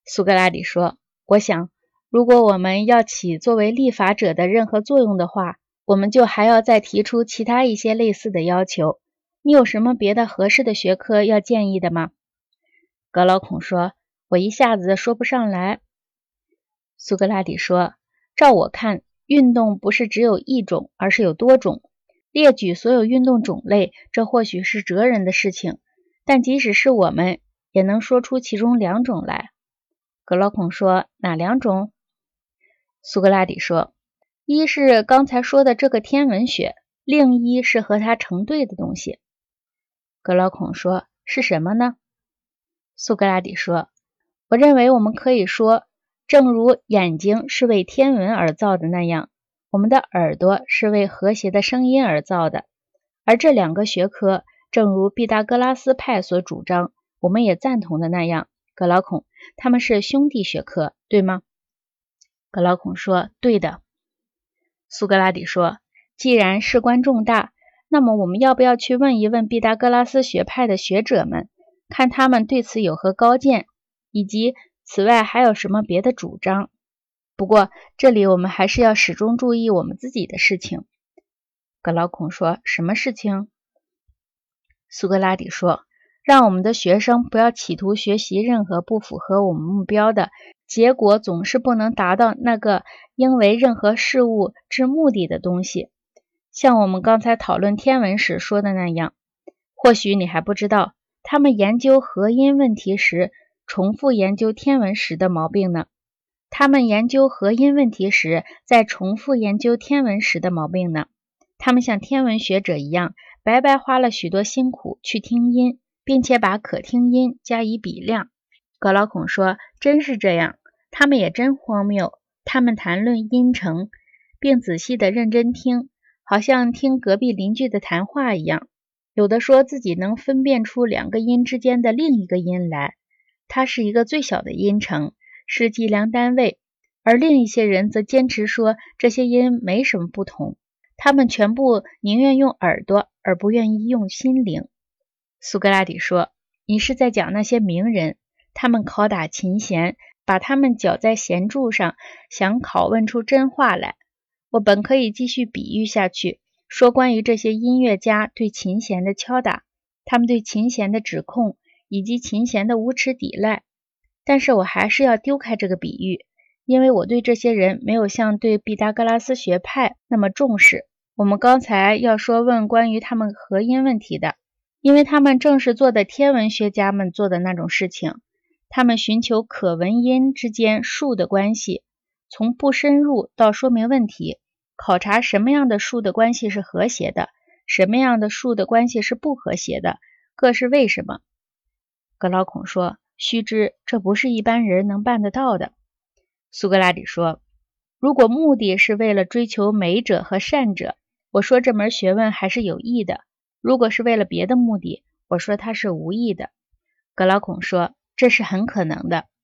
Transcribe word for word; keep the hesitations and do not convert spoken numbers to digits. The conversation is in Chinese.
苏格拉底说，我想，如果我们要起作为立法者的任何作用的话，我们就还要再提出其他一些类似的要求。你有什么别的合适的学科要建议的吗？格劳孔说，我一下子说不上来。苏格拉底说，照我看，运动不是只有一种，而是有多种。列举所有运动种类，这或许是哲人的事情，但即使是我们，也能说出其中两种来。格劳孔说，哪两种？苏格拉底说，一是刚才说的这个天文学，另一是和它成对的东西。格劳孔说，是什么呢？苏格拉底说，我认为我们可以说，正如眼睛是为天文而造的那样，我们的耳朵是为和谐的声音而造的。而这两个学科，正如毕达哥拉斯派所主张，我们也赞同的那样，格劳孔，他们是兄弟学科，对吗？格劳孔说，对的。苏格拉底说，既然事关重大，那么我们要不要去问一问毕达哥拉斯学派的学者们，看他们对此有何高见，以及此外还有什么别的主张？不过这里我们还是要始终注意我们自己的事情。格劳孔说，什么事情？苏格拉底说，让我们的学生不要企图学习任何不符合我们目标的，结果总是不能达到那个应为任何事物之目的的东西。像我们刚才讨论天文时说的那样，或许你还不知道，他们研究合音问题时，重复研究天文时的毛病呢。他们研究合音问题时，在重复研究天文时的毛病呢。他们像天文学者一样，白白花了许多辛苦去听音，并且把可听音加以比量。格劳孔说，真是这样，他们也真荒谬。他们谈论音程，并仔细地认真听，好像听隔壁邻居的谈话一样。有的说自己能分辨出两个音之间的另一个音来，它是一个最小的音程，是计量单位，而另一些人则坚持说这些音没什么不同，他们全部宁愿用耳朵，而不愿意用心灵。苏格拉底说，你是在讲那些名人，他们拷打琴弦，把他们绞在弦柱上，想拷问出真话来。我本可以继续比喻下去，说关于这些音乐家对琴弦的敲打，他们对琴弦的指控，以及琴弦的无耻抵赖，但是我还是要丢开这个比喻，因为我对这些人没有像对毕达哥拉斯学派那么重视。我们刚才要说问关于他们合音问题的，因为他们正是做的天文学家们做的那种事情，他们寻求可闻音之间数的关系，从不深入到说明问题，考察什么样的数的关系是和谐的，什么样的数的关系是不和谐的，各是为什么。格劳孔说，须知这不是一般人能办得到的。苏格拉底说，如果目的是为了追求美者和善者，我说这门学问还是有益的，如果是为了别的目的，我说它是无益的。格劳孔说，这是很可能的。